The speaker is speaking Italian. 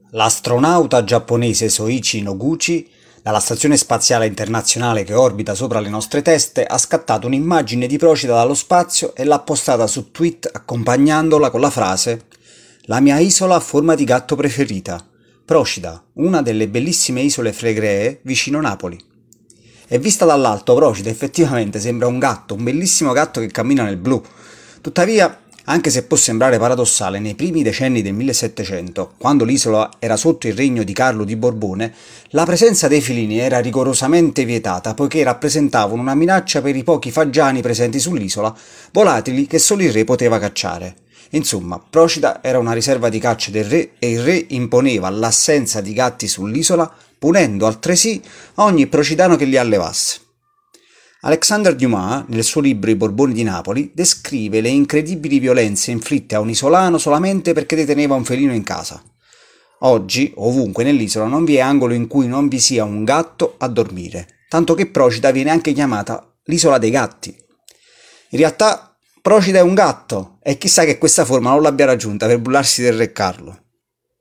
L'astronauta giapponese Soichi Noguchi, dalla Stazione Spaziale Internazionale che orbita sopra le nostre teste, ha scattato un'immagine di Procida dallo spazio e l'ha postata su Tweet accompagnandola con la frase «La mia isola a forma di gatto preferita, Procida, una delle bellissime isole flegree vicino Napoli». E vista dall'alto Procida effettivamente sembra un gatto, un bellissimo gatto che cammina nel blu. Tuttavia, anche se può sembrare paradossale, nei primi decenni del 1700, quando l'isola era sotto il regno di Carlo di Borbone, la presenza dei felini era rigorosamente vietata poiché rappresentavano una minaccia per i pochi fagiani presenti sull'isola, volatili che solo il re poteva cacciare. Insomma, Procida era una riserva di caccia del re e il re imponeva l'assenza di gatti sull'isola, punendo altresì ogni procidano che li allevasse. Alexandre Dumas, nel suo libro I Borboni di Napoli, descrive le incredibili violenze inflitte a un isolano solamente perché deteneva un felino in casa. Oggi, ovunque nell'isola, non vi è angolo in cui non vi sia un gatto a dormire, tanto che Procida viene anche chiamata l'isola dei gatti. In realtà, Procida è un gatto, e chissà che questa forma non l'abbia raggiunta per bullarsi del re Carlo.